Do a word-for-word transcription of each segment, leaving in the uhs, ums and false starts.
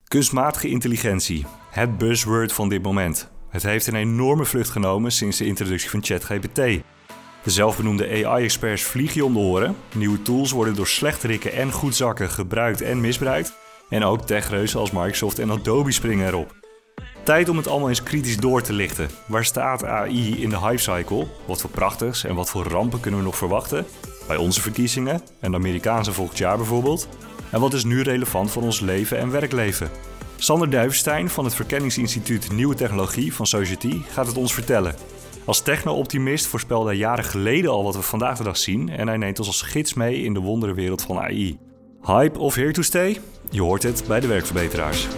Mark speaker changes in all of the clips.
Speaker 1: Kunstmatige intelligentie, het buzzword van dit moment. Het heeft een enorme vlucht genomen sinds de introductie van ChatGPT. De zelfbenoemde A I-experts vliegen je om de oren. Nieuwe tools worden door slechterikken en goedzakken gebruikt en misbruikt. En ook techreuzen als Microsoft en Adobe springen erop. Tijd om het allemaal eens kritisch door te lichten. Waar staat A I in de hypecycle? Wat voor prachtigs en wat voor rampen kunnen we nog verwachten? Bij onze verkiezingen en de Amerikaanse volgend jaar bijvoorbeeld. En wat is nu relevant voor ons leven en werkleven? Sander Duivenstein van het Verkenningsinstituut Nieuwe Technologie van Society gaat het ons vertellen. Als techno-optimist voorspelde hij jaren geleden al wat we vandaag de dag zien en hij neemt ons als gids mee in de wonderenwereld van A I. Hype of here to stay? Je hoort het bij de werkverbeteraars.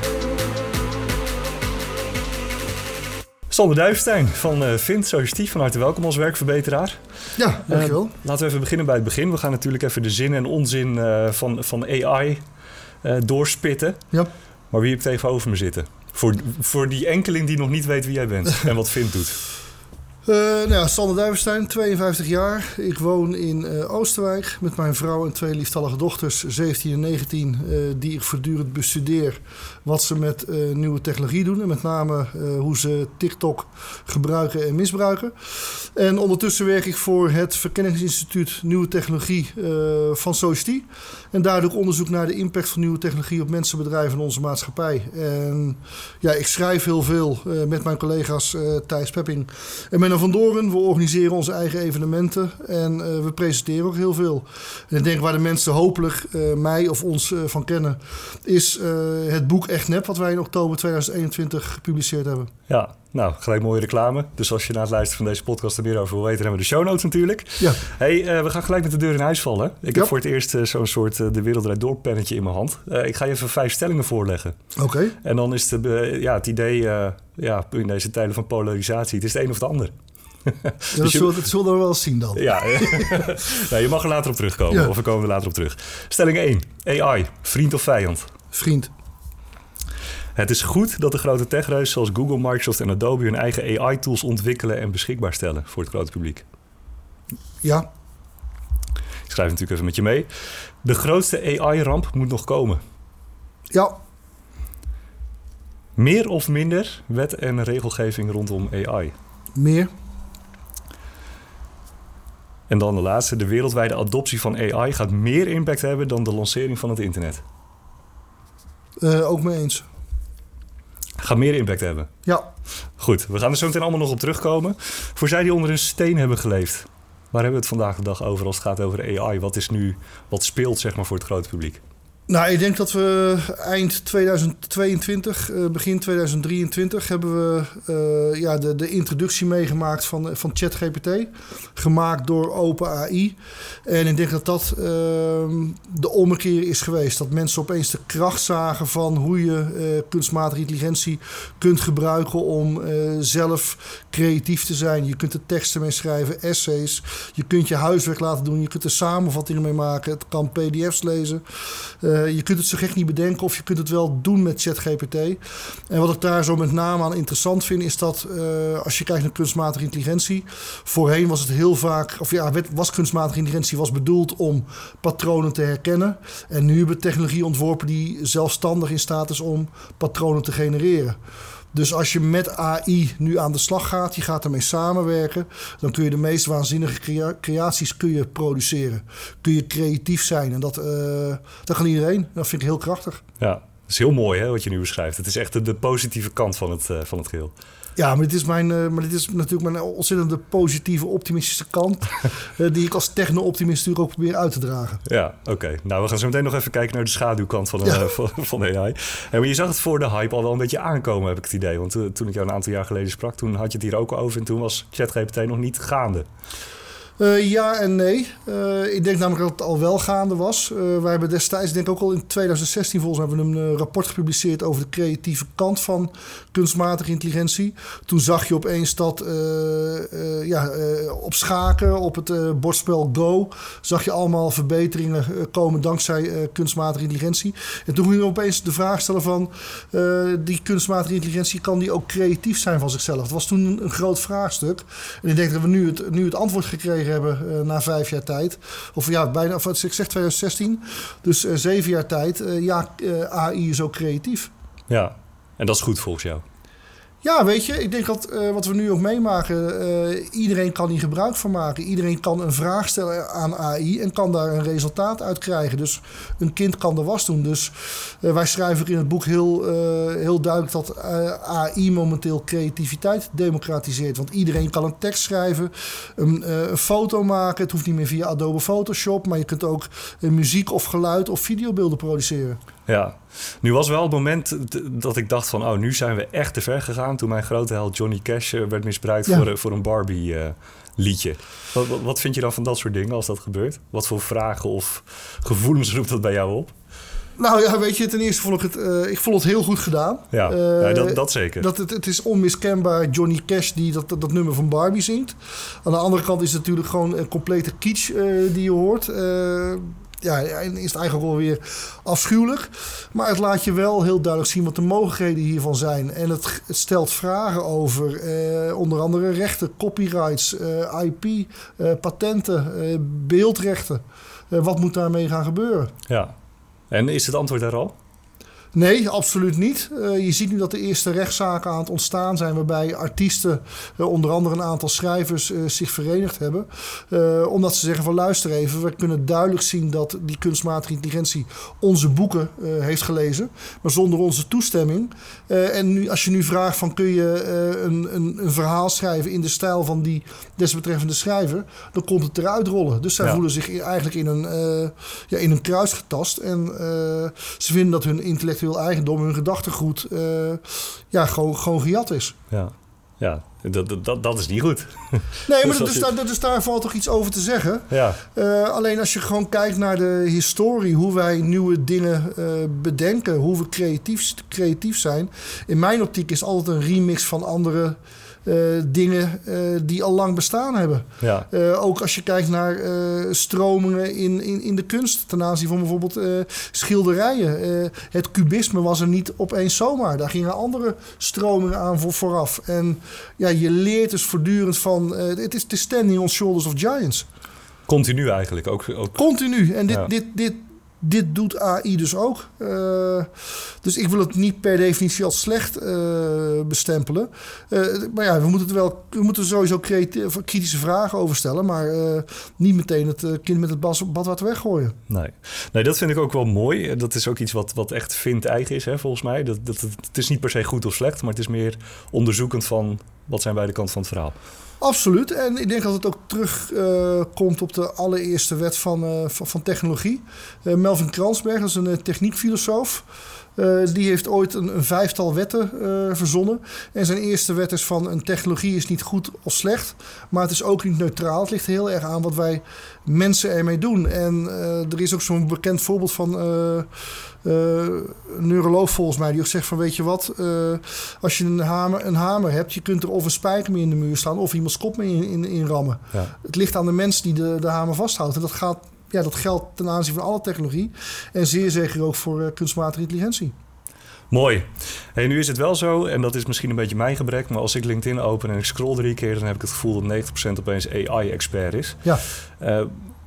Speaker 1: Sander Duivenstein van uh, Vint Society, van harte welkom als werkverbeteraar.
Speaker 2: Ja, dankjewel. Uh,
Speaker 1: laten we even beginnen bij het begin. We gaan natuurlijk even de zin en onzin uh, van, van A I uh, doorspitten.
Speaker 2: Ja.
Speaker 1: Maar wie heb ik tegenover me zitten? Voor, voor die enkeling die nog niet weet wie jij bent en wat Vint doet.
Speaker 2: Uh, nou ja, Sander Duivenstein, tweeënvijftig jaar. Ik woon in uh, Oosterwijk met mijn vrouw en twee lieftallige dochters, zeventien en negentien, uh, die ik voortdurend bestudeer wat ze met uh, nieuwe technologie doen. En met name uh, hoe ze TikTok gebruiken en misbruiken. En ondertussen werk ik voor het Verkenningsinstituut Nieuwe Technologie uh, van Society. En daar doe ik onderzoek naar de impact van nieuwe technologie op mensen, bedrijven en onze maatschappij. En ja, ik schrijf heel veel uh, met mijn collega's uh, Thijs Pepping en Menno van Doren. We organiseren onze eigen evenementen en uh, we presenteren ook heel veel. En ik denk waar de mensen hopelijk uh, mij of ons uh, van kennen, is uh, het boek Echt Nep, wat wij in oktober tweeduizend eenentwintig gepubliceerd hebben.
Speaker 1: Ja, nou, gelijk mooie reclame. Dus als je na het luisteren van deze podcast er meer over wil weten, hebben we de show notes natuurlijk. Ja. Hey, uh, we gaan gelijk met de deur in huis vallen. Ik ja. heb voor het eerst uh, zo'n soort uh, de wereld eruit door pennetje in mijn hand. Uh, ik ga je even vijf stellingen voorleggen.
Speaker 2: Oké. Okay.
Speaker 1: En dan is het, uh, ja, het idee uh, ja, in deze tijden van polarisatie, het is het een of het ander.
Speaker 2: Ja, dat dus zullen we wel eens zien dan.
Speaker 1: Ja, nou, je mag er later op terugkomen. Ja. Of we komen er later op terug. Stelling één. A I, vriend of vijand?
Speaker 2: Vriend.
Speaker 1: Het is goed dat de grote techreuzen zoals Google, Microsoft en Adobe hun eigen A I-tools ontwikkelen en beschikbaar stellen voor het grote publiek.
Speaker 2: Ja.
Speaker 1: Ik schrijf natuurlijk even met je mee. De grootste A I-ramp moet nog komen.
Speaker 2: Ja.
Speaker 1: Meer of minder wet en regelgeving rondom A I?
Speaker 2: Meer.
Speaker 1: En dan de laatste. De wereldwijde adoptie van A I gaat meer impact hebben dan de lancering van het internet.
Speaker 2: Uh, ook mee eens.
Speaker 1: Gaat meer impact hebben?
Speaker 2: Ja.
Speaker 1: Goed, we gaan er zo meteen allemaal nog op terugkomen. Voor zij die onder een steen hebben geleefd, waar hebben we het vandaag de dag over als het gaat over A I? Wat is nu, wat speelt zeg maar voor het grote publiek?
Speaker 2: Nou, ik denk dat we eind tweeduizend tweeëntwintig, uh, begin tweeduizend drieëntwintig... hebben we uh, ja, de, de introductie meegemaakt van, van ChatGPT. Gemaakt door OpenAI. En ik denk dat dat uh, de ommekeer is geweest. Dat mensen opeens de kracht zagen van hoe je uh, kunstmatige intelligentie kunt gebruiken om uh, zelf creatief te zijn. Je kunt er teksten mee schrijven, essays. Je kunt je huiswerk laten doen. Je kunt er samenvattingen mee maken. Het kan P D F's lezen. Uh, je kunt het zo gek niet bedenken of je kunt het wel doen met ChatGPT. En wat ik daar zo met name aan interessant vind, is dat uh, als je kijkt naar kunstmatige intelligentie, voorheen was het heel vaak, of ja, was kunstmatige intelligentie was bedoeld om patronen te herkennen. En nu hebben we technologie ontworpen die zelfstandig in staat is om patronen te genereren. Dus als je met A I nu aan de slag gaat, je gaat ermee samenwerken, dan kun je de meest waanzinnige crea- creaties kun je produceren. Kun je creatief zijn en dat, uh, dat kan iedereen. Dat vind ik heel krachtig.
Speaker 1: Ja, dat is heel mooi hè, wat je nu beschrijft. Het is echt de, de positieve kant van het, uh, van het geheel.
Speaker 2: Ja, maar dit is, mijn, uh, maar dit is natuurlijk mijn ontzettende positieve, optimistische kant. uh, die ik als techno-optimist natuurlijk ook probeer uit te dragen.
Speaker 1: Ja, oké. Okay. Nou, we gaan zo meteen nog even kijken naar de schaduwkant van, ja. uh, van, van A I. Hey, maar je zag het voor de hype al wel een beetje aankomen, heb ik het idee. Want uh, toen ik jou een aantal jaar geleden sprak, toen had je het hier ook over. En toen was ChatGPT nog niet gaande.
Speaker 2: Uh, ja en nee. Uh, ik denk namelijk dat het al wel gaande was. Uh, wij hebben destijds, denk ik ook al in tweeduizend zestien volgens mij, hebben we een uh, rapport gepubliceerd over de creatieve kant van kunstmatige intelligentie. Toen zag je opeens dat uh, uh, ja, uh, op schaken, op het uh, bordspel Go, zag je allemaal verbeteringen uh, komen dankzij uh, kunstmatige intelligentie. En toen ging je opeens de vraag stellen van uh, die kunstmatige intelligentie, kan die ook creatief zijn van zichzelf? Dat was toen een, een groot vraagstuk. En ik denk dat we nu het, nu het antwoord gekregen gekregen hebben uh, na vijf jaar tijd. Of ja, bijna, of, ik zeg twintig zestien. Dus uh, zeven jaar tijd. Uh, ja, uh, A I is ook creatief.
Speaker 1: Ja, en dat is goed volgens jou?
Speaker 2: Ja, weet je, ik denk dat uh, wat we nu ook meemaken, uh, iedereen kan hier gebruik van maken. Iedereen kan een vraag stellen aan A I en kan daar een resultaat uit krijgen. Dus een kind kan de was doen. Dus uh, wij schrijven in het boek heel, uh, heel duidelijk dat uh, A I momenteel creativiteit democratiseert. Want iedereen kan een tekst schrijven, een, uh, een foto maken. Het hoeft niet meer via Adobe Photoshop, maar je kunt ook uh, muziek of geluid of videobeelden produceren.
Speaker 1: Ja, nu was wel het moment dat ik dacht van... oh, nu zijn we echt te ver gegaan... toen mijn grote held Johnny Cash werd misbruikt ja. voor, voor een Barbie-liedje. Uh, wat, wat, wat vind je dan van dat soort dingen als dat gebeurt? Wat voor vragen of gevoelens roept dat bij jou op?
Speaker 2: Nou ja, weet je, ten eerste vond ik het, uh, ik vond het heel goed gedaan.
Speaker 1: Ja, uh, ja dat, dat zeker.
Speaker 2: Dat het, het is onmiskenbaar Johnny Cash die dat, dat, dat nummer van Barbie zingt. Aan de andere kant is het natuurlijk gewoon een complete kitsch uh, die je hoort... Uh, Ja, is het eigenlijk wel weer afschuwelijk. Maar het laat je wel heel duidelijk zien wat de mogelijkheden hiervan zijn. En het, het stelt vragen over eh, onder andere rechten, copyrights, eh, I P, eh, patenten, eh, beeldrechten. Eh, wat moet daarmee gaan gebeuren?
Speaker 1: Ja, en is het antwoord daar al?
Speaker 2: Nee, absoluut niet. Uh, je ziet nu dat de eerste rechtszaken aan het ontstaan zijn... waarbij artiesten, uh, onder andere een aantal schrijvers... Uh, zich verenigd hebben. Uh, omdat ze zeggen van luister even... we kunnen duidelijk zien dat die kunstmatige intelligentie... onze boeken uh, heeft gelezen, maar zonder onze toestemming. Uh, en nu, als je nu vraagt van kun je uh, een, een, een verhaal schrijven... in de stijl van die desbetreffende schrijver... dan komt het eruit rollen. Dus zij ja. voelen zich eigenlijk in een, uh, ja, in een kruis getast. En uh, ze vinden dat hun intellectueel eigendom, hun gedachtegoed, uh, ja, gewoon, gewoon gejat is.
Speaker 1: Ja, ja dat, dat, dat is niet goed.
Speaker 2: Nee, maar dus, daar, dus daar valt toch iets over te zeggen.
Speaker 1: Ja.
Speaker 2: Uh, alleen als je gewoon kijkt naar de historie, hoe wij nieuwe dingen uh, bedenken, hoe we creatief, creatief zijn. In mijn optiek is altijd een remix van andere Uh, dingen uh, die al lang bestaan hebben.
Speaker 1: Ja.
Speaker 2: Uh, ook als je kijkt naar uh, stromingen in, in, in de kunst... ten aanzien van bijvoorbeeld uh, schilderijen. Uh, het cubisme was er niet opeens zomaar. Daar gingen andere stromingen aan voor, vooraf. En ja, je leert dus voortdurend van... Uh, het is the standing on shoulders of giants.
Speaker 1: Continu eigenlijk. Ook, ook...
Speaker 2: Continu. En dit,
Speaker 1: ja.
Speaker 2: dit, dit, dit doet A I dus ook. Uh, dus ik wil het niet per definitie als slecht uh, bestempelen. Uh, maar ja, we moeten, het wel, we moeten er sowieso creatieve, kritische vragen over stellen. Maar uh, niet meteen het uh, kind met het bas, badwater weggooien.
Speaker 1: Nee. nee, dat vind ik ook wel mooi. Dat is ook iets wat, wat echt vind-eigen is, hè, volgens mij. Dat, dat, het is niet per se goed of slecht, maar het is meer onderzoekend van... wat zijn beide kanten van het verhaal.
Speaker 2: Absoluut. En ik denk dat het ook terugkomt uh, op de allereerste wet van, uh, van, van technologie. Uh, Melvin Kransberg, dat is een uh, techniekfilosoof. Uh, die heeft ooit een, een vijftal wetten uh, verzonnen. En zijn eerste wet is van een technologie is niet goed of slecht. Maar het is ook niet neutraal. Het ligt heel erg aan wat wij mensen ermee doen. En uh, er is ook zo'n bekend voorbeeld van uh, uh, een neuroloog volgens mij. Die ook zegt van weet je wat. Uh, als je een hamer, een hamer hebt. Je kunt er of een spijker mee in de muur slaan. Of iemands kop mee in, in, in rammen. Ja. Het ligt aan de mens die de, de hamer vasthoudt. En dat gaat... Ja, dat geldt ten aanzien van alle technologie. En zeer zeker ook voor uh, kunstmatige intelligentie.
Speaker 1: Mooi. Hey, nu is het wel zo, en dat is misschien een beetje mijn gebrek... maar als ik LinkedIn open en ik scroll drie keer... dan heb ik het gevoel dat negentig procent opeens A I-expert is.
Speaker 2: Ja.
Speaker 1: Uh,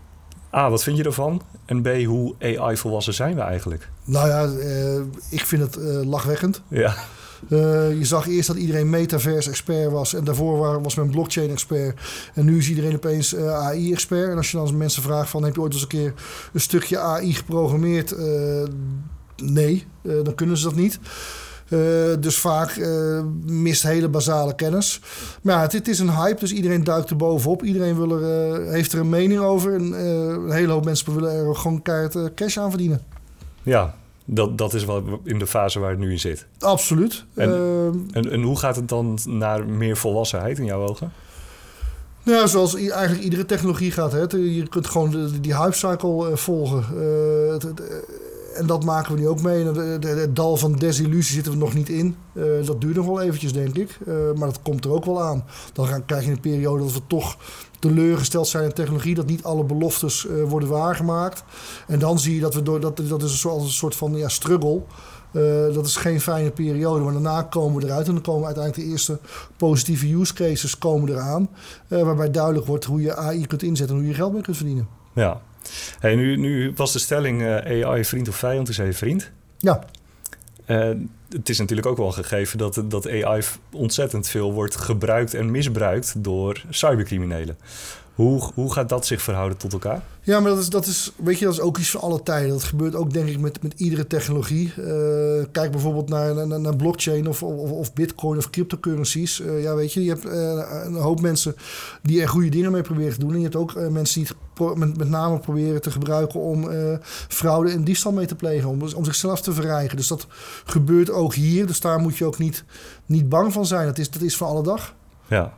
Speaker 1: A, wat vind je ervan? En B, hoe A I-volwassen zijn we eigenlijk?
Speaker 2: Nou ja, uh, ik vind het uh, lachwekkend.
Speaker 1: Ja.
Speaker 2: Uh, je zag eerst dat iedereen metaverse-expert was... en daarvoor was men blockchain-expert. En nu is iedereen opeens uh, A I-expert. En als je dan mensen vraagt van... heb je ooit eens een keer een stukje A I geprogrammeerd? Uh, nee, uh, dan kunnen ze dat niet. Uh, dus vaak uh, mist hele basale kennis. Maar ja, het, het is een hype, dus iedereen duikt er bovenop. Iedereen wil er, uh, heeft er een mening over. En uh, een hele hoop mensen willen er gewoon keihard uh, cash aan verdienen.
Speaker 1: Ja. Dat, dat is wel in de fase waar het nu in zit.
Speaker 2: Absoluut.
Speaker 1: En,
Speaker 2: uh,
Speaker 1: en, en hoe gaat het dan naar meer volwassenheid in jouw ogen?
Speaker 2: Nou, zoals eigenlijk iedere technologie gaat. Hè. Je kunt gewoon de, die hypecycle uh, volgen. Uh, het, het, en dat maken we nu ook mee. Het dal van desillusie zitten we nog niet in. Uh, dat duurt nog wel eventjes, denk ik. Uh, maar dat komt er ook wel aan. Dan gaan, krijg je een periode dat we toch teleurgesteld zijn in technologie. Dat niet alle beloftes uh, worden waargemaakt. En dan zie je dat we door... Dat, dat is een soort, een soort van ja, struggle. Uh, dat is geen fijne periode, maar daarna komen we eruit. En dan komen uiteindelijk de eerste positieve use cases komen eraan. Uh, waarbij duidelijk wordt hoe je A I kunt inzetten en hoe je geld mee kunt verdienen.
Speaker 1: Ja. Hey, nu, nu was de stelling uh, A I vriend of vijand, is hij vriend?
Speaker 2: Ja.
Speaker 1: Uh, het is natuurlijk ook wel een gegeven dat, dat A I ontzettend veel wordt gebruikt en misbruikt door cybercriminelen. Hoe, hoe gaat dat zich verhouden tot elkaar?
Speaker 2: Ja, maar dat is, dat is, weet je, dat is ook iets van alle tijden. Dat gebeurt ook, denk ik, met, met iedere technologie. Uh, kijk bijvoorbeeld naar, naar, naar blockchain of, of, of bitcoin of cryptocurrencies. Uh, ja, weet je, je hebt uh, een hoop mensen die er goede dingen mee proberen te doen. En je hebt ook uh, mensen die het pro- met, met name proberen te gebruiken om uh, fraude en diefstal mee te plegen. Om, om zichzelf te verrijken. Dus dat gebeurt ook hier. Dus daar moet je ook niet, niet bang van zijn. Dat is, dat is van alle dag.
Speaker 1: Ja.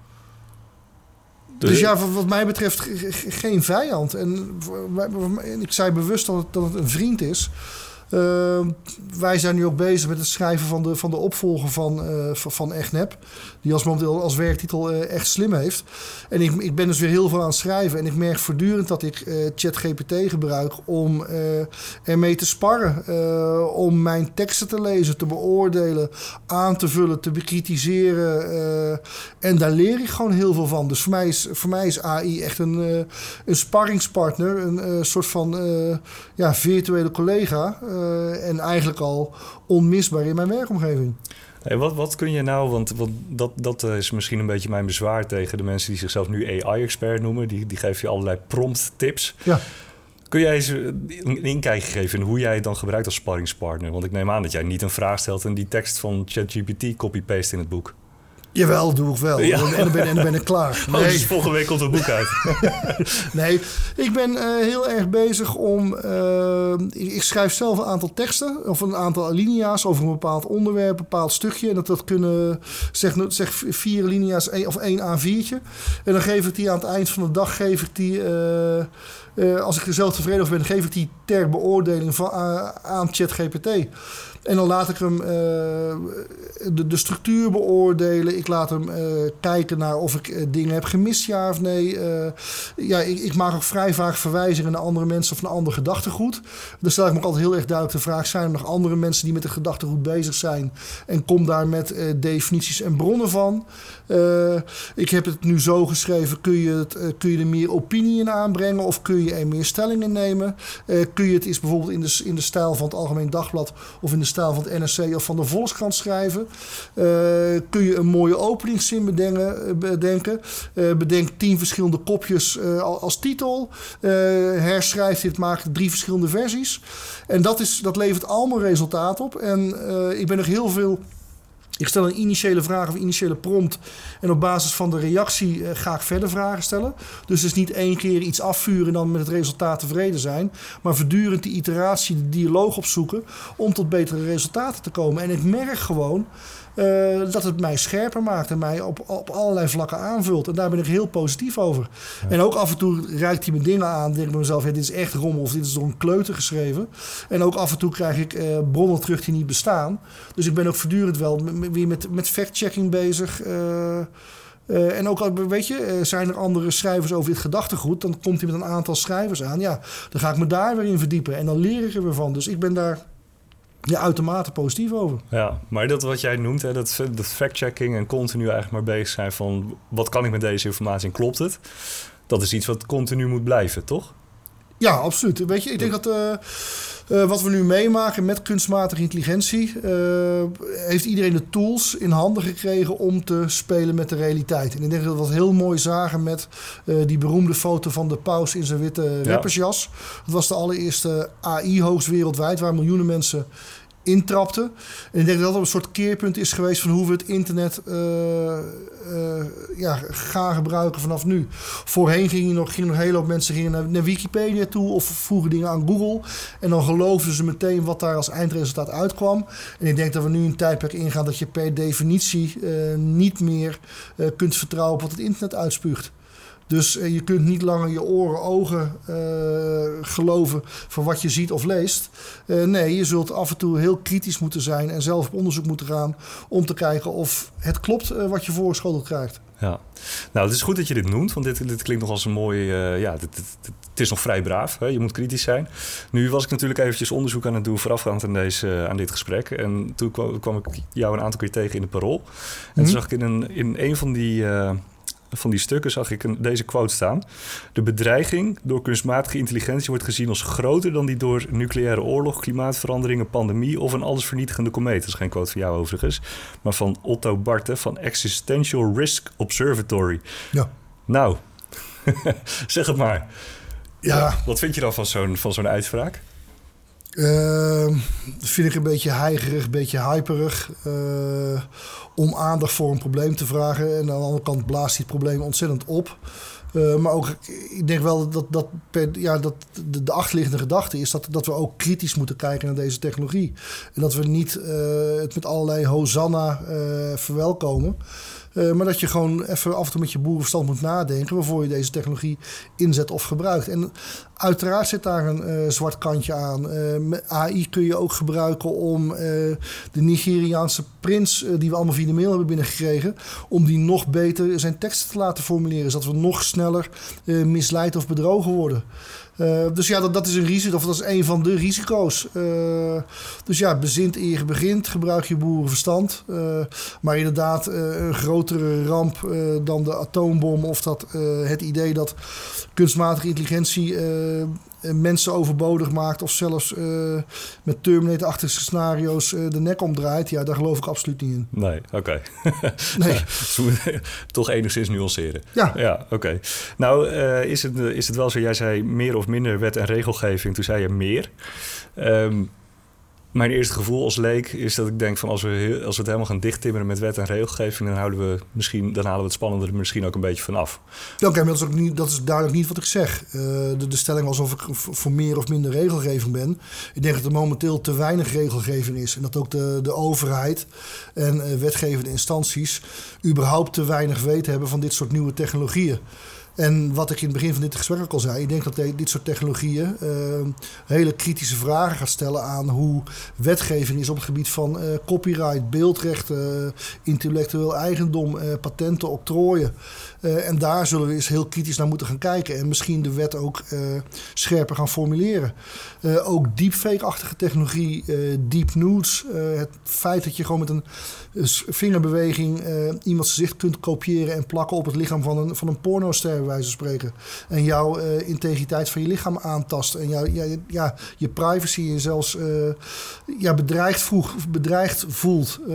Speaker 2: Dus, dus ja, wat mij betreft geen vijand. En ik zei bewust dat het, dat het een vriend is. Uh, wij zijn nu ook bezig met het schrijven van de, van de opvolger van, uh, van EchtNep. Die als momenteel als werktitel uh, Echt Slim heeft. En ik, ik ben dus weer heel veel aan het schrijven. En ik merk voortdurend dat ik uh, ChatGPT gebruik om uh, ermee te sparren. Uh, om mijn teksten te lezen, te beoordelen, aan te vullen, te bekritiseren. Uh, en daar leer ik gewoon heel veel van. Dus voor mij is, voor mij is A I echt een, uh, een sparringspartner. Een uh, soort van uh, ja, virtuele collega. Uh, Uh, en eigenlijk al onmisbaar in mijn werkomgeving.
Speaker 1: Hey, wat, wat kun je nou, want, want dat, dat is misschien een beetje mijn bezwaar tegen de mensen die zichzelf nu A I-expert noemen. Die, die geven je allerlei prompt-tips.
Speaker 2: Ja.
Speaker 1: Kun jij eens een inkijkje geven in hoe jij het dan gebruikt als sparringspartner? Want ik neem aan dat jij niet een vraag stelt en die tekst van ChatGPT copy-paste in het boek.
Speaker 2: Jawel, doe ik wel. Ja. En, dan ben, en dan ben ik klaar.
Speaker 1: Nee. Oh, dus volgende week komt het boek uit.
Speaker 2: Nee, ik ben uh, heel erg bezig om... Uh, ik, ik schrijf zelf een aantal teksten... of een aantal alinea's over een bepaald onderwerp... een bepaald stukje. En dat, dat kunnen, zeg, zeg vier alinea's of één A viertje. En dan geef ik die aan het eind van de dag... geef ik die... Uh, uh, als ik er zelf tevreden over ben... geef ik die ter beoordeling van, uh, aan ChatGPT. En dan laat ik hem uh, de, de structuur beoordelen. Ik laat hem uh, kijken naar of ik uh, dingen heb gemist, ja of nee. Uh, ja, ik, ik maak ook vrij vaak verwijzingen naar andere mensen of naar ander gedachtegoed. Dan stel ik me ook altijd heel erg duidelijk de vraag... zijn er nog andere mensen die met het gedachtegoed bezig zijn? En kom daar met uh, definities en bronnen van. Uh, ik heb het nu zo geschreven... kun je, het, uh, kun je er meer opinie in aanbrengen... of kun je er meer stelling in nemen? Uh, kun je het eens bijvoorbeeld in de, in de stijl van het Algemeen Dagblad... of in de stijl van het N R C of van de Volkskrant schrijven. Uh, kun je een mooie openingszin bedenken. bedenken. Uh, bedenk tien verschillende kopjes uh, als titel. Uh, herschrijf dit, maak drie verschillende versies. En dat, is, dat levert allemaal resultaat op. En uh, ik ben nog heel veel... Ik stel een initiële vraag of initiële prompt. En op basis van de reactie uh, ga ik verder vragen stellen. Dus het is niet één keer iets afvuren en dan met het resultaat tevreden zijn. Maar voortdurend die iteratie, de dialoog opzoeken om tot betere resultaten te komen. En ik merk gewoon uh, dat het mij scherper maakt en mij op, op allerlei vlakken aanvult. En daar ben ik heel positief over. Ja. En ook af en toe reikt hij me dingen aan. Denk ik bij mezelf, ja, dit is echt rommel of dit is door een kleuter geschreven. En ook af en toe krijg ik uh, bronnen terug die niet bestaan. Dus ik ben ook voortdurend wel weer met, met fact-checking bezig. Uh, uh, en ook al, weet je, uh, zijn er andere schrijvers over dit gedachtegoed... dan komt hij met een aantal schrijvers aan. Ja, dan ga ik me daar weer in verdiepen. En dan leer ik er weer van. Dus ik ben daar ja, uitermate positief over.
Speaker 1: Ja, maar dat wat jij noemt, hè, dat, dat fact-checking... en continu eigenlijk maar bezig zijn van... wat kan ik met deze informatie en klopt het? Dat is iets wat continu moet blijven, toch?
Speaker 2: Ja, absoluut. Weet je, ik denk dat uh, uh, wat we nu meemaken met kunstmatige intelligentie... Uh, heeft iedereen de tools in handen gekregen om te spelen met de realiteit. En ik denk dat we dat heel mooi zagen met uh, die beroemde foto van de paus in zijn witte rappersjas. Ja. Dat was de allereerste A I-hoogst wereldwijd waar miljoenen mensen intrapten. En ik denk dat dat een soort keerpunt is geweest van hoe we het internet uh, uh, ja, gaan gebruiken vanaf nu. Voorheen gingen nog, gingen nog een hele hoop mensen gingen naar, naar Wikipedia toe of voegen dingen aan Google. En dan geloofden ze meteen wat daar als eindresultaat uitkwam. En ik denk dat we nu een tijdperk ingaan dat je per definitie uh, niet meer uh, kunt vertrouwen op wat het internet uitspuugt. Dus uh, je kunt niet langer je oren, ogen uh, geloven van wat je ziet of leest. Uh, nee, je zult af en toe heel kritisch moeten zijn en zelf op onderzoek moeten gaan om te kijken of het klopt uh, wat je voorgeschoteld krijgt.
Speaker 1: Ja, nou het is goed dat je dit noemt, want dit, dit klinkt nog als een mooi, uh, ja, dit, dit, dit, het is nog vrij braaf, hè? Je moet kritisch zijn. Nu was ik natuurlijk eventjes onderzoek aan het doen voorafgaand aan, deze, uh, aan dit gesprek en toen kwam, kwam ik jou een aantal keer tegen in de Parool. En mm-hmm. toen zag ik in een, in een van die... Uh, Van die stukken zag ik een, deze quote staan. De bedreiging door kunstmatige intelligentie wordt gezien als groter dan die door nucleaire oorlog, klimaatverandering, een pandemie of een allesvernietigende komeet. Dat is geen quote van jou overigens, maar van Otto Barthe van Existential Risk Observatory.
Speaker 2: Ja.
Speaker 1: Nou, zeg het maar.
Speaker 2: Ja.
Speaker 1: Wat vind je dan van zo'n, van zo'n uitspraak?
Speaker 2: Uh, dat vind ik een beetje heigerig, een beetje hyperig. Uh, om aandacht voor een probleem te vragen. En aan de andere kant blaast die het probleem ontzettend op. Uh, maar ook, ik denk wel dat, dat, per, ja, dat de, de achterliggende gedachte is dat, dat we ook kritisch moeten kijken naar deze technologie. En dat we niet uh, het met allerlei hosanna uh, verwelkomen. Uh, maar dat je gewoon even af en toe met je boerenverstand moet nadenken waarvoor je deze technologie inzet of gebruikt. En uiteraard zit daar een uh, zwart kantje aan. Uh, met A I kun je ook gebruiken om uh, de Nigeriaanse prins, uh, die we allemaal via de mail hebben binnengekregen, om die nog beter zijn teksten te laten formuleren, zodat we nog sneller uh, misleid of bedrogen worden. Uh, dus ja, dat, dat is een risico, of dat is een van de risico's. Uh, dus ja, bezint eer je begint, gebruik je boerenverstand. Uh, maar inderdaad, uh, een grotere ramp uh, dan de atoombom of dat, uh, het idee dat kunstmatige intelligentie uh, mensen overbodig maakt of zelfs uh, met Terminator-achtige scenario's uh, de nek omdraait. Ja, daar geloof ik absoluut niet in.
Speaker 1: Nee, oké. Okay.
Speaker 2: Nee.
Speaker 1: Toch enigszins nuanceren.
Speaker 2: Ja.
Speaker 1: Ja, oké. Okay. Nou, uh, is, het, is het wel zo, jij zei meer of minder wet en regelgeving. Toen zei je meer. Um, Mijn eerste gevoel als leek is dat ik denk van als we, heel, als we het helemaal gaan dichttimmeren met wet en regelgeving, dan houden we misschien, dan halen we het spannende er misschien ook een beetje van af.
Speaker 2: Ja, oké, maar dat is, ook niet, dat is duidelijk niet wat ik zeg. Uh, de, de stelling alsof ik voor meer of minder regelgeving ben. Ik denk dat er momenteel te weinig regelgeving is. En dat ook de, de overheid en uh, wetgevende instanties überhaupt te weinig weten hebben van dit soort nieuwe technologieën. En wat ik in het begin van dit gesprek ook al zei, ik denk dat dit soort technologieën uh, hele kritische vragen gaat stellen aan hoe wetgeving is op het gebied van uh, copyright, beeldrechten, uh, intellectueel eigendom, uh, patenten, octrooien. Uh, en daar zullen we eens heel kritisch naar moeten gaan kijken en misschien de wet ook uh, scherper gaan formuleren. Uh, ook deepfake-achtige technologie, uh, deep nudes, uh, het feit dat je gewoon met een uh, vingerbeweging uh, iemands gezicht kunt kopiëren en plakken op het lichaam van een, van een pornoster, bij wijze van spreken. En jouw uh, integriteit van je lichaam aantast. En jou, ja, ja, je privacy en zelfs uh, ja, bedreigd, vroeg, bedreigd voelt. Uh,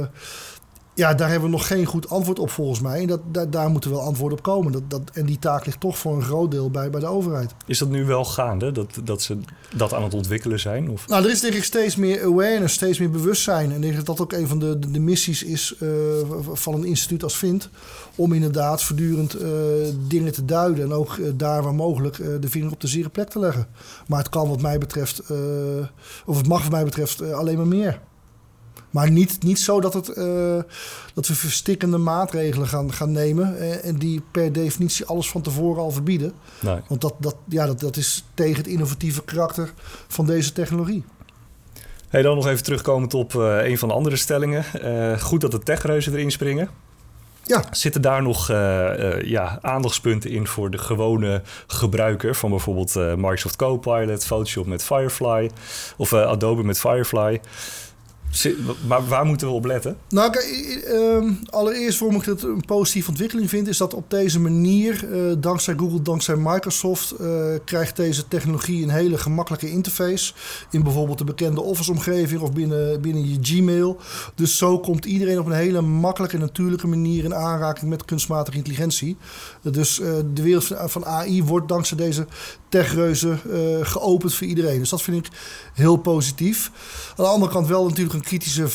Speaker 2: ja, daar hebben we nog geen goed antwoord op volgens mij. En dat, daar, daar moeten wel antwoorden op komen. Dat, dat, en die taak ligt toch voor een groot deel bij, bij de overheid.
Speaker 1: Is dat nu wel gaande, dat, dat ze dat aan het ontwikkelen zijn? Of?
Speaker 2: Nou, er is denk ik steeds meer awareness, steeds meer bewustzijn. En ik denk dat dat ook een van de, de, de missies is uh, van een instituut als Vint. Om inderdaad voortdurend uh, dingen te duiden. En ook uh, daar waar mogelijk uh, de vinger op de zere plek te leggen. Maar het kan wat mij betreft, uh, of het mag wat mij betreft uh, alleen maar meer. Maar niet, niet zo dat, het, uh, dat we verstikkende maatregelen gaan, gaan nemen. Uh, en die per definitie alles van tevoren al verbieden.
Speaker 1: Nee.
Speaker 2: Want dat, dat, ja, dat, dat is tegen het innovatieve karakter van deze technologie.
Speaker 1: Hey, dan nog even terugkomend op uh, een van de andere stellingen. Uh, goed dat de techreuzen erin springen.
Speaker 2: Ja.
Speaker 1: Zitten daar nog uh, uh, ja, aandachtspunten in voor de gewone gebruiker van bijvoorbeeld uh, Microsoft Copilot, Photoshop met Firefly of uh, Adobe met Firefly? Maar waar moeten we op letten?
Speaker 2: Nou, kijk, uh, allereerst waarom ik het een positieve ontwikkeling vind, is dat op deze manier, uh, dankzij Google, dankzij Microsoft, uh, krijgt deze technologie een hele gemakkelijke interface in bijvoorbeeld de bekende Office-omgeving of binnen, binnen je Gmail. Dus zo komt iedereen op een hele makkelijke en natuurlijke manier in aanraking met kunstmatige intelligentie. Uh, dus uh, de wereld van, van A I wordt dankzij deze techreuzen uh, geopend voor iedereen. Dus dat vind ik heel positief. Aan de andere kant wel natuurlijk een kritische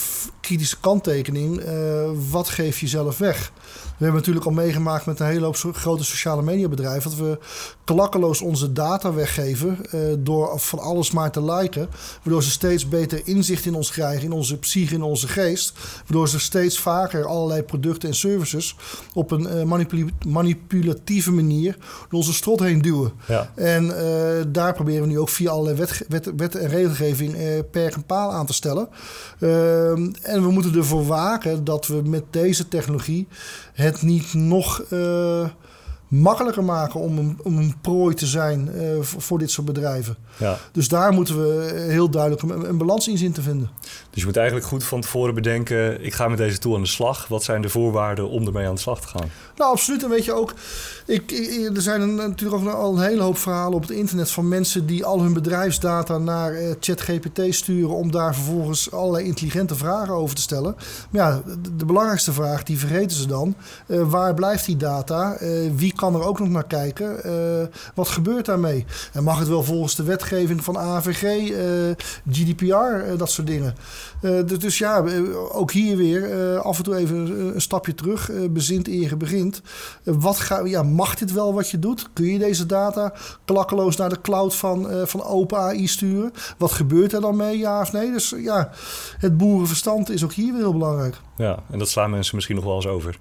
Speaker 2: kritische kanttekening. Uh, wat geef je zelf weg? We hebben natuurlijk al meegemaakt met een hele hoop grote sociale mediabedrijven dat we klakkeloos onze data weggeven uh, door van alles maar te liken. Waardoor ze steeds beter inzicht in ons krijgen, in onze psyche, in onze geest. Waardoor ze steeds vaker allerlei producten en services op een uh, manipul- manipulatieve manier door onze strot heen duwen.
Speaker 1: Ja.
Speaker 2: En uh, daar proberen we nu ook via allerlei wet, wet, wet en regelgeving uh, per en paal aan te stellen. Uh, en we moeten ervoor waken dat we met deze technologie het niet nog uh, makkelijker maken om een, om een prooi te zijn uh, voor, voor dit soort bedrijven.
Speaker 1: Ja.
Speaker 2: Dus daar moeten we heel duidelijk een, een balans in zien te vinden.
Speaker 1: Dus je moet eigenlijk goed van tevoren bedenken, ik ga met deze tool aan de slag. Wat zijn de voorwaarden om ermee aan de slag te gaan?
Speaker 2: Nou, absoluut. En weet je ook, ik, ik, er zijn een, natuurlijk ook al een hele hoop verhalen op het internet van mensen die al hun bedrijfsdata naar uh, ChatGPT sturen om daar vervolgens allerlei intelligente vragen over te stellen. Maar ja, de, de belangrijkste vraag, die vergeten ze dan. Uh, waar blijft die data? Uh, wie kan er ook nog naar kijken? Uh, wat gebeurt daarmee? En mag het wel volgens de wetgeving van A V G, uh, G D P R, uh, dat soort dingen? Uh, dus, dus ja, uh, ook hier weer uh, af en toe even een, een stapje terug. Uh, bezint eer je begint. Uh, wat ga, ja, mag dit wel wat je doet? Kun je deze data klakkeloos naar de cloud van, uh, van OpenAI sturen? Wat gebeurt er dan mee, ja of nee? Dus uh, ja, het boerenverstand is ook hier weer heel belangrijk.
Speaker 1: Ja, en dat slaan mensen misschien nog wel eens over.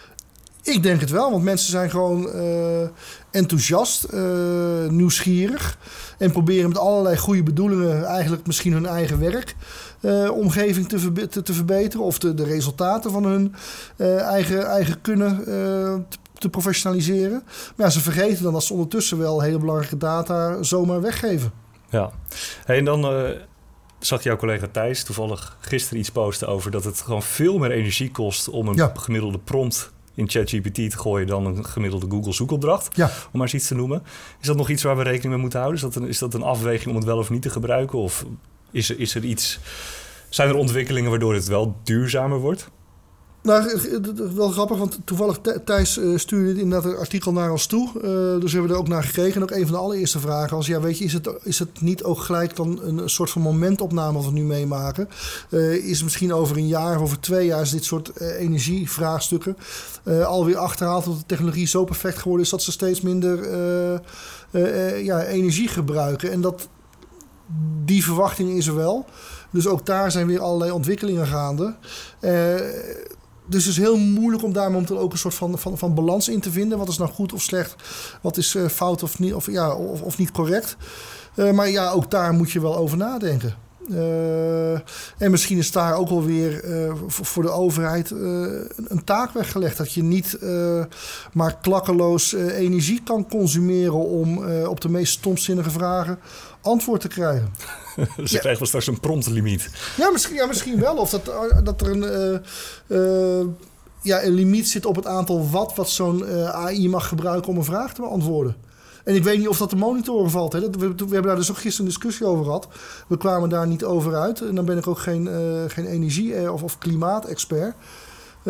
Speaker 2: Ik denk het wel, want mensen zijn gewoon uh, enthousiast, uh, nieuwsgierig en proberen met allerlei goede bedoelingen eigenlijk misschien hun eigen werkomgeving uh, te, verbe- te, te verbeteren of de, de resultaten van hun uh, eigen, eigen kunnen uh, te, te professionaliseren. Maar ja, ze vergeten dan dat ze ondertussen wel hele belangrijke data zomaar weggeven.
Speaker 1: Ja, hey, en dan uh, zag jouw collega Thijs toevallig gisteren iets posten over dat het gewoon veel meer energie kost om een ja. gemiddelde prompt in ChatGPT te gooien dan een gemiddelde Google zoekopdracht,
Speaker 2: ja.
Speaker 1: om maar eens iets te noemen. Is dat nog iets waar we rekening mee moeten houden? Is dat een, is dat een afweging om het wel of niet te gebruiken? Of is er, is er iets, zijn er ontwikkelingen waardoor het wel duurzamer wordt?
Speaker 2: Nou, wel grappig, want toevallig Thijs uh, stuurde inderdaad een artikel naar ons toe. Uh, dus we hebben er ook naar gekeken. En ook een van de allereerste vragen was, ja, weet je, is het, is het niet ook gelijk dan een soort van momentopname wat we nu meemaken? Uh, is misschien over een jaar of over twee jaar is dit soort uh, energievraagstukken uh, alweer achterhaald, dat de technologie zo perfect geworden is dat ze steeds minder uh, uh, uh, ja, energie gebruiken. En dat, die verwachting is er wel. Dus ook daar zijn weer allerlei ontwikkelingen gaande. Uh, Dus het is heel moeilijk om daar momenteel ook een soort van, van, van balans in te vinden. Wat is nou goed of slecht? Wat is uh, fout of niet, of, ja, of, of niet correct? Uh, maar ja, ook daar moet je wel over nadenken. Uh, en misschien is daar ook wel weer uh, voor, voor de overheid uh, een, een taak weggelegd. Dat je niet uh, maar klakkeloos uh, energie kan consumeren om uh, op de meest stomzinnige vragen antwoord te krijgen.
Speaker 1: Dus je ja. krijgt wel straks een promptlimiet.
Speaker 2: Ja, misschien, ja, misschien wel. Of dat, dat er een, uh, uh, ja, een limiet zit op het aantal watt wat zo'n uh, A I mag gebruiken om een vraag te beantwoorden. En ik weet niet of dat de monitoren valt. Hè. We, we hebben daar dus ook gisteren een discussie over gehad. We kwamen daar niet over uit. En dan ben ik ook geen, uh, geen energie- of, of klimaatexpert. Uh,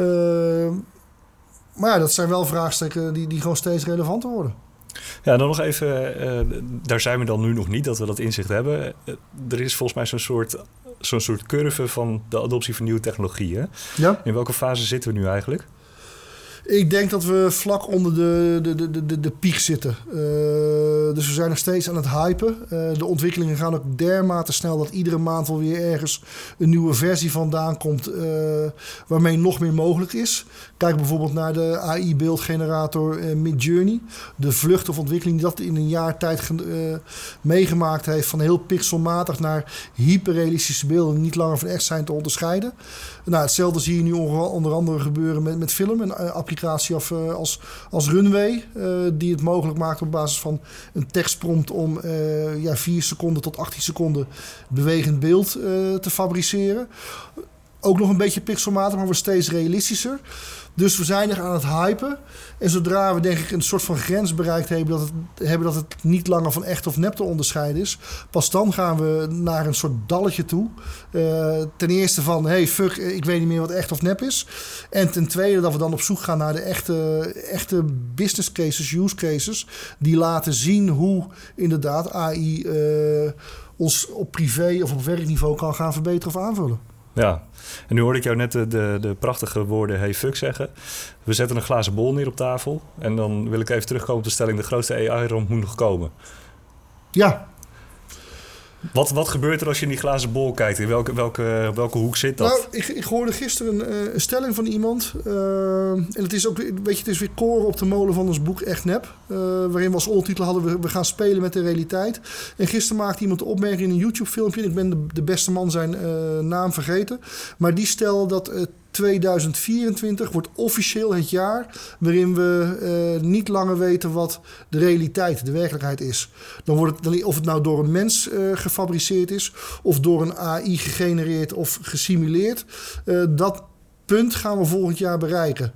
Speaker 2: maar ja, dat zijn wel vraagstukken die, die gewoon steeds relevanter worden.
Speaker 1: Ja, dan nog even, uh, daar zijn we dan nu nog niet, dat we dat inzicht hebben. Uh, er is volgens mij zo'n soort, zo'n soort curve van de adoptie van nieuwe technologieën. Ja. In welke fase zitten we nu eigenlijk?
Speaker 2: Ik denk dat we vlak onder de, de, de, de, de piek zitten. Uh, dus we zijn nog steeds aan het hypen. Uh, de ontwikkelingen gaan ook dermate snel dat iedere maand wel weer ergens een nieuwe versie vandaan komt, Uh, waarmee nog meer mogelijk is. Kijk bijvoorbeeld naar de A I-beeldgenerator uh, Midjourney. De vlucht of ontwikkeling die dat in een jaar tijd uh, meegemaakt heeft, van heel pixelmatig naar hyperrealistische beelden die niet langer van echt zijn te onderscheiden. Nou, hetzelfde zie je nu onder andere gebeuren met, met film. Een applicatie of, uh, als, als Runway, uh, die het mogelijk maakt op basis van een tekstprompt om uh, ja, vier seconden tot achttien seconden bewegend beeld uh, te fabriceren. Ook nog een beetje pixelmatig, maar we steeds realistischer. Dus we zijn er aan het hypen. En zodra we denk ik een soort van grens bereikt hebben dat het, hebben dat het niet langer van echt of nep te onderscheiden is, pas dan gaan we naar een soort dalletje toe. Uh, ten eerste van, hey fuck, ik weet niet meer wat echt of nep is. En ten tweede dat we dan op zoek gaan naar de echte, echte business cases, use cases, die laten zien hoe inderdaad A I uh, ons op privé of op werkniveau kan gaan verbeteren of aanvullen.
Speaker 1: Ja, en nu hoorde ik jou net de, de, de prachtige woorden hey fuck zeggen. We zetten een glazen bol neer op tafel. En dan wil ik even terugkomen op de stelling... de grootste A I-ramp moet nog komen.
Speaker 2: Ja.
Speaker 1: Wat, wat gebeurt er als je in die glazen bol kijkt? In welke, welke, welke hoek zit dat?
Speaker 2: Nou, ik, ik hoorde gisteren een, een stelling van iemand. Uh, en het is ook, weet je, het is weer koren op de molen van ons boek Echt Nep. Uh, waarin we als ondertitel hadden, we, we gaan spelen met de realiteit. En gisteren maakte iemand de opmerking in een YouTube-filmpje. En ik ben de, de beste man zijn uh, naam vergeten. Maar die stelde dat... Uh, tweeduizend vierentwintig wordt officieel het jaar waarin we uh, niet langer weten wat de realiteit, de werkelijkheid is. Dan wordt het, of het nou door een mens uh, gefabriceerd is of door een A I gegenereerd of gesimuleerd. Uh, dat punt gaan we volgend jaar bereiken.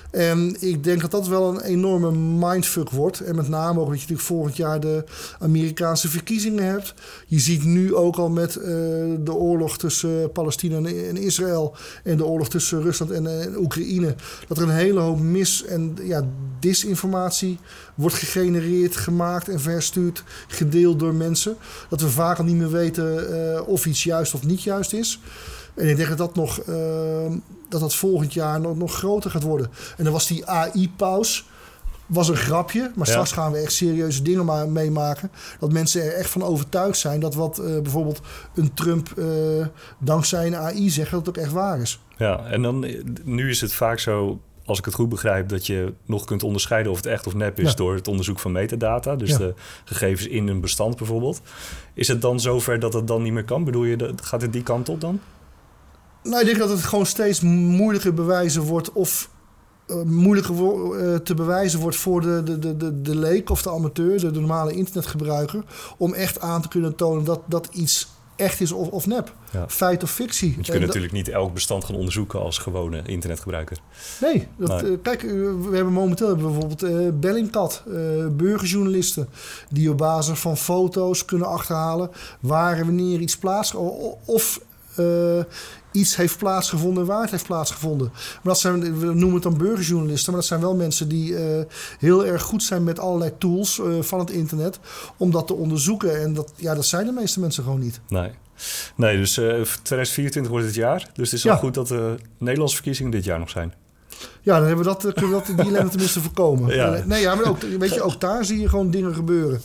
Speaker 2: En ik denk dat dat wel een enorme mindfuck wordt. En met name ook dat je natuurlijk volgend jaar de Amerikaanse verkiezingen hebt. Je ziet nu ook al met uh, de oorlog tussen Palestina en Israël... en de oorlog tussen Rusland en, en Oekraïne... dat er een hele hoop mis- en ja, disinformatie wordt gegenereerd, gemaakt en verstuurd... gedeeld door mensen. Dat we vaak al niet meer weten uh, of iets juist of niet juist is... En ik denk dat dat, nog, uh, dat dat volgend jaar nog, nog groter gaat worden. En dan was die A I-pauze was een grapje. Maar straks ja. gaan we echt serieuze dingen ma- meemaken. Dat mensen er echt van overtuigd zijn... dat wat uh, bijvoorbeeld een Trump uh, dankzij een A I zegt... dat het ook echt waar is.
Speaker 1: Ja, en dan nu is het vaak zo... als ik het goed begrijp, dat je nog kunt onderscheiden... of het echt of nep is ja. door het onderzoek van metadata. Dus ja. de gegevens in een bestand bijvoorbeeld. Is het dan zover dat het dan niet meer kan? Bedoel je, gaat het die kant op dan?
Speaker 2: Nou, ik denk dat het gewoon steeds moeilijker bewijzen wordt... of uh, moeilijker wo- uh, te bewijzen wordt voor de, de, de, de, de leek of de amateur... de, de normale internetgebruiker... om echt aan te kunnen tonen dat, dat iets echt is of, of nep. Ja. Feit of fictie.
Speaker 1: Want je kunt natuurlijk niet elk bestand gaan onderzoeken... als gewone internetgebruiker.
Speaker 2: Nee. Dat, nee. Uh, kijk, uh, we hebben momenteel hebben we bijvoorbeeld uh, Bellingcat... Uh, burgerjournalisten... die op basis van foto's kunnen achterhalen... waar en wanneer iets plaats... of... Uh, iets heeft plaatsgevonden en waar het heeft plaatsgevonden. Maar dat zijn, we noemen het dan burgerjournalisten... maar dat zijn wel mensen die uh, heel erg goed zijn... met allerlei tools uh, van het internet... om dat te onderzoeken. En dat, ja, dat zijn de meeste mensen gewoon niet.
Speaker 1: Nee, nee dus uh, tweeduizend vierentwintig wordt het jaar. Dus het is ja. wel goed dat de Nederlandse verkiezingen dit jaar nog zijn.
Speaker 2: Ja, dan hebben we dat, kunnen we dat die ellende tenminste voorkomen. Ja. Nee, ja, maar ook, weet je, ook daar zie je gewoon dingen gebeuren.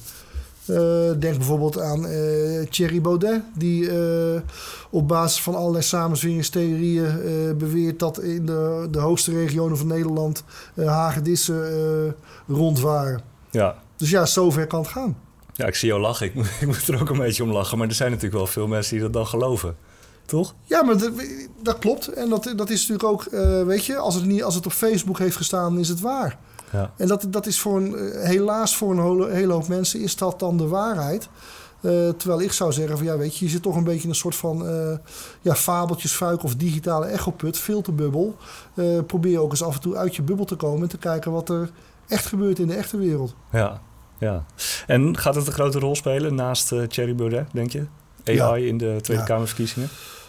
Speaker 2: Uh, denk bijvoorbeeld aan uh, Thierry Baudet... die uh, op basis van allerlei samenzweringstheorieën uh, beweert... dat in de, de hoogste regionen van Nederland... Uh, hagedissen uh, rond waren.
Speaker 1: Ja.
Speaker 2: Dus ja, zover kan het gaan.
Speaker 1: Ja, ik zie jou lachen. Ik moet, ik moet er ook een beetje om lachen. Maar er zijn natuurlijk wel veel mensen die dat dan geloven. Toch?
Speaker 2: Ja, maar dat, dat klopt. En dat, dat is natuurlijk ook... Uh, weet je, als het, niet, als het op Facebook heeft gestaan, is het waar. Ja. En dat, dat is voor een, helaas voor een hele hoop mensen is dat dan de waarheid. Uh, terwijl ik zou zeggen van ja, weet je, je zit toch een beetje in een soort van uh, ja, fabeltjesfuik of digitale echoput, filterbubbel. Uh, probeer ook eens af en toe uit je bubbel te komen en te kijken wat er echt gebeurt in de echte wereld.
Speaker 1: Ja, ja. En gaat het een grote rol spelen naast uh, Thierry Baudet, denk je? A I ja. in de Tweede ja. Kamerverkiezingen?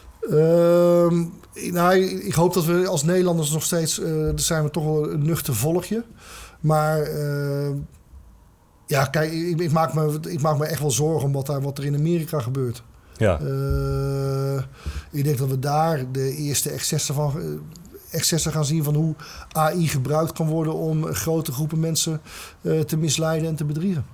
Speaker 2: Uh, nou, ik hoop dat we als Nederlanders nog steeds... Uh, zijn we toch wel een nuchter volkje. Maar uh, ja, kijk, ik, ik, maak me, ik maak me echt wel zorgen... om wat, daar, wat er in Amerika gebeurt.
Speaker 1: Ja.
Speaker 2: Uh, ik denk dat we daar de eerste excessen van... Uh, excessen gaan zien van hoe A I gebruikt kan worden... om grote groepen mensen uh, te misleiden en te bedriegen.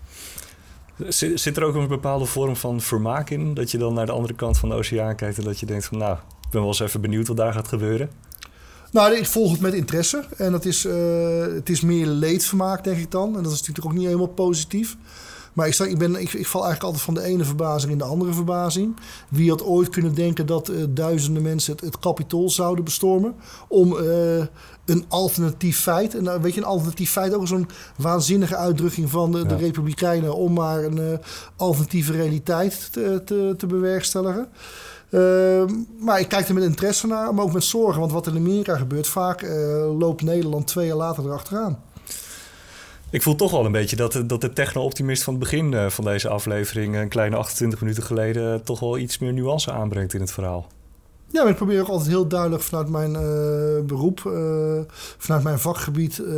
Speaker 1: Zit er ook een bepaalde vorm van vermaak in? Dat je dan naar de andere kant van de oceaan kijkt... en dat je denkt van nou, ik ben wel eens even benieuwd wat daar gaat gebeuren?
Speaker 2: Nou, ik volg het met interesse. En dat is, uh, het is meer leedvermaak, denk ik dan. En dat is natuurlijk ook niet helemaal positief. Maar ik, sta, ik, ben, ik, ik val eigenlijk altijd van de ene verbazing in de andere verbazing. Wie had ooit kunnen denken dat uh, duizenden mensen het, het Capitool zouden bestormen... om uh, een alternatief feit... en uh, weet je, een alternatief feit ook zo'n waanzinnige uitdrukking van de, ja. de Republikeinen... om maar een uh, alternatieve realiteit te, te, te bewerkstelligen... Uh, maar ik kijk er met interesse naar, maar ook met zorgen. Want wat in Amerika gebeurt, vaak uh, loopt Nederland twee jaar later erachteraan.
Speaker 1: Ik voel toch wel een beetje dat, dat de techno-optimist van het begin uh, van deze aflevering... een kleine achtentwintig minuten geleden toch wel iets meer nuance aanbrengt in het verhaal.
Speaker 2: Ja, maar ik probeer ook altijd heel duidelijk vanuit mijn uh, beroep, uh, vanuit mijn vakgebied, uh,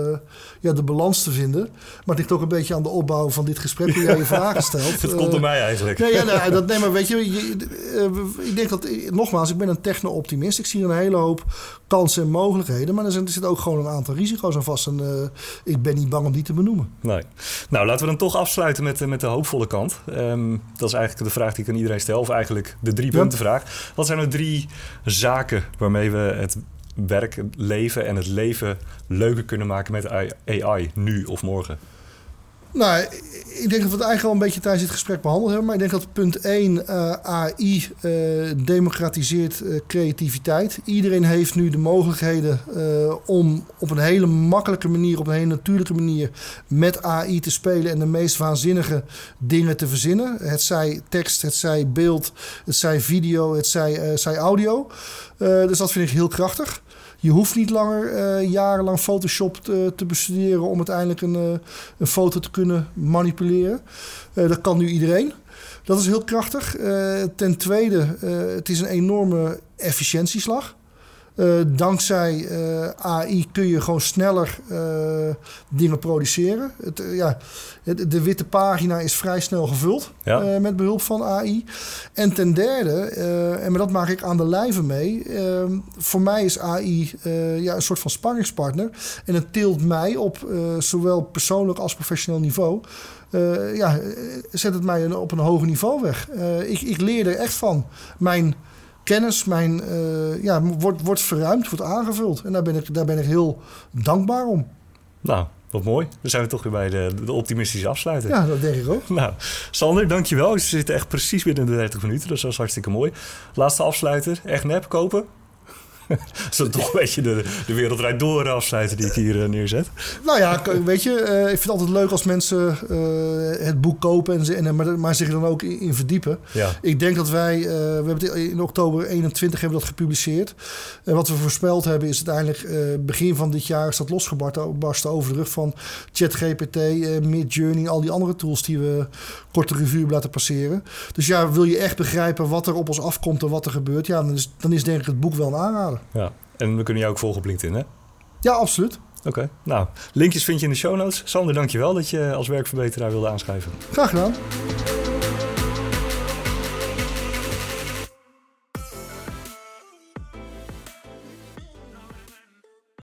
Speaker 2: ja, de balans te vinden. Maar het ligt ook een beetje aan de opbouw van dit gesprek hoe jij je vragen stelt.
Speaker 1: Het uh, komt door mij eigenlijk.
Speaker 2: Nee, ja, nee, dat, nee maar weet je, je uh, ik denk dat, nogmaals, ik ben een techno-optimist. Ik zie een hele hoop kansen en mogelijkheden, maar er zitten ook gewoon een aantal risico's aan vast. En uh, ik ben niet bang om die te benoemen.
Speaker 1: Nee. Nou, laten we dan toch afsluiten met, met de hoopvolle kant. Um, dat is eigenlijk de vraag die ik aan iedereen stel, of eigenlijk de drie punten vraag. Wat zijn er drie zaken waarmee we het werk, het leven en het leven leuker kunnen maken met A I, nu of morgen?
Speaker 2: Nou, ik denk dat we het eigenlijk al een beetje tijdens dit gesprek behandeld hebben. Maar ik denk dat punt één, uh, A I uh, democratiseert uh, creativiteit. Iedereen heeft nu de mogelijkheden uh, om op een hele makkelijke manier, op een hele natuurlijke manier met A I te spelen en de meest waanzinnige dingen te verzinnen. Het zij tekst, het zij beeld, het zij video, het zij, uh, zij audio. Uh, dus dat vind ik heel krachtig. Je hoeft niet langer uh, jarenlang Photoshop te, te bestuderen om uiteindelijk een, uh, een foto te kunnen manipuleren. Uh, dat kan nu iedereen. Dat is heel krachtig. Uh, ten tweede, uh, het is een enorme efficiëntieslag. Uh, dankzij uh, A I kun je gewoon sneller uh, dingen produceren. Het, uh, ja, het, de witte pagina is vrij snel gevuld ja. uh, met behulp van A I. En ten derde, uh, en dat maak ik aan de lijve mee... Uh, voor mij is A I uh, ja, een soort van sparringspartner. En het tilt mij op uh, zowel persoonlijk als professioneel niveau... Uh, ja, zet het mij op een hoger niveau weg. Uh, ik, ik leer er echt van. Mijn... kennis, mijn, uh, ja, wordt, wordt verruimd, wordt aangevuld. En daar ben ik, daar ben ik heel dankbaar om.
Speaker 1: Nou, wat mooi. Dan zijn we toch weer bij de, de optimistische afsluiting.
Speaker 2: Ja, dat denk ik ook.
Speaker 1: Nou, Sander, dankjewel. We zitten echt precies binnen de dertig minuten. Dus dat is hartstikke mooi. Laatste afsluiter. Echt nep kopen? Dat is toch een beetje de, de wereld draait door afsluiten die ik hier uh, neerzet.
Speaker 2: Nou ja, weet je, uh, ik vind het altijd leuk als mensen uh, het boek kopen en, ze, en maar, maar zich er dan ook in, in verdiepen. Ja. Ik denk dat wij, uh, we hebben het in oktober eenentwintig hebben we dat gepubliceerd. En wat we voorspeld hebben is uiteindelijk uh, begin van dit jaar is dat losgebarsten over de rug van ChatGPT, uh, Midjourney, al die andere tools die we korte revue hebben laten passeren. Dus ja, wil je echt begrijpen wat er op ons afkomt en wat er gebeurt, ja, dan is, dan is denk ik het boek wel een aanrader.
Speaker 1: Ja, en we kunnen jou ook volgen op LinkedIn, hè?
Speaker 2: Ja, absoluut.
Speaker 1: Oké, okay. Nou, linkjes vind je in de show notes. Sander, dankjewel dat je als werkverbeteraar wilde aanschrijven.
Speaker 2: Graag gedaan.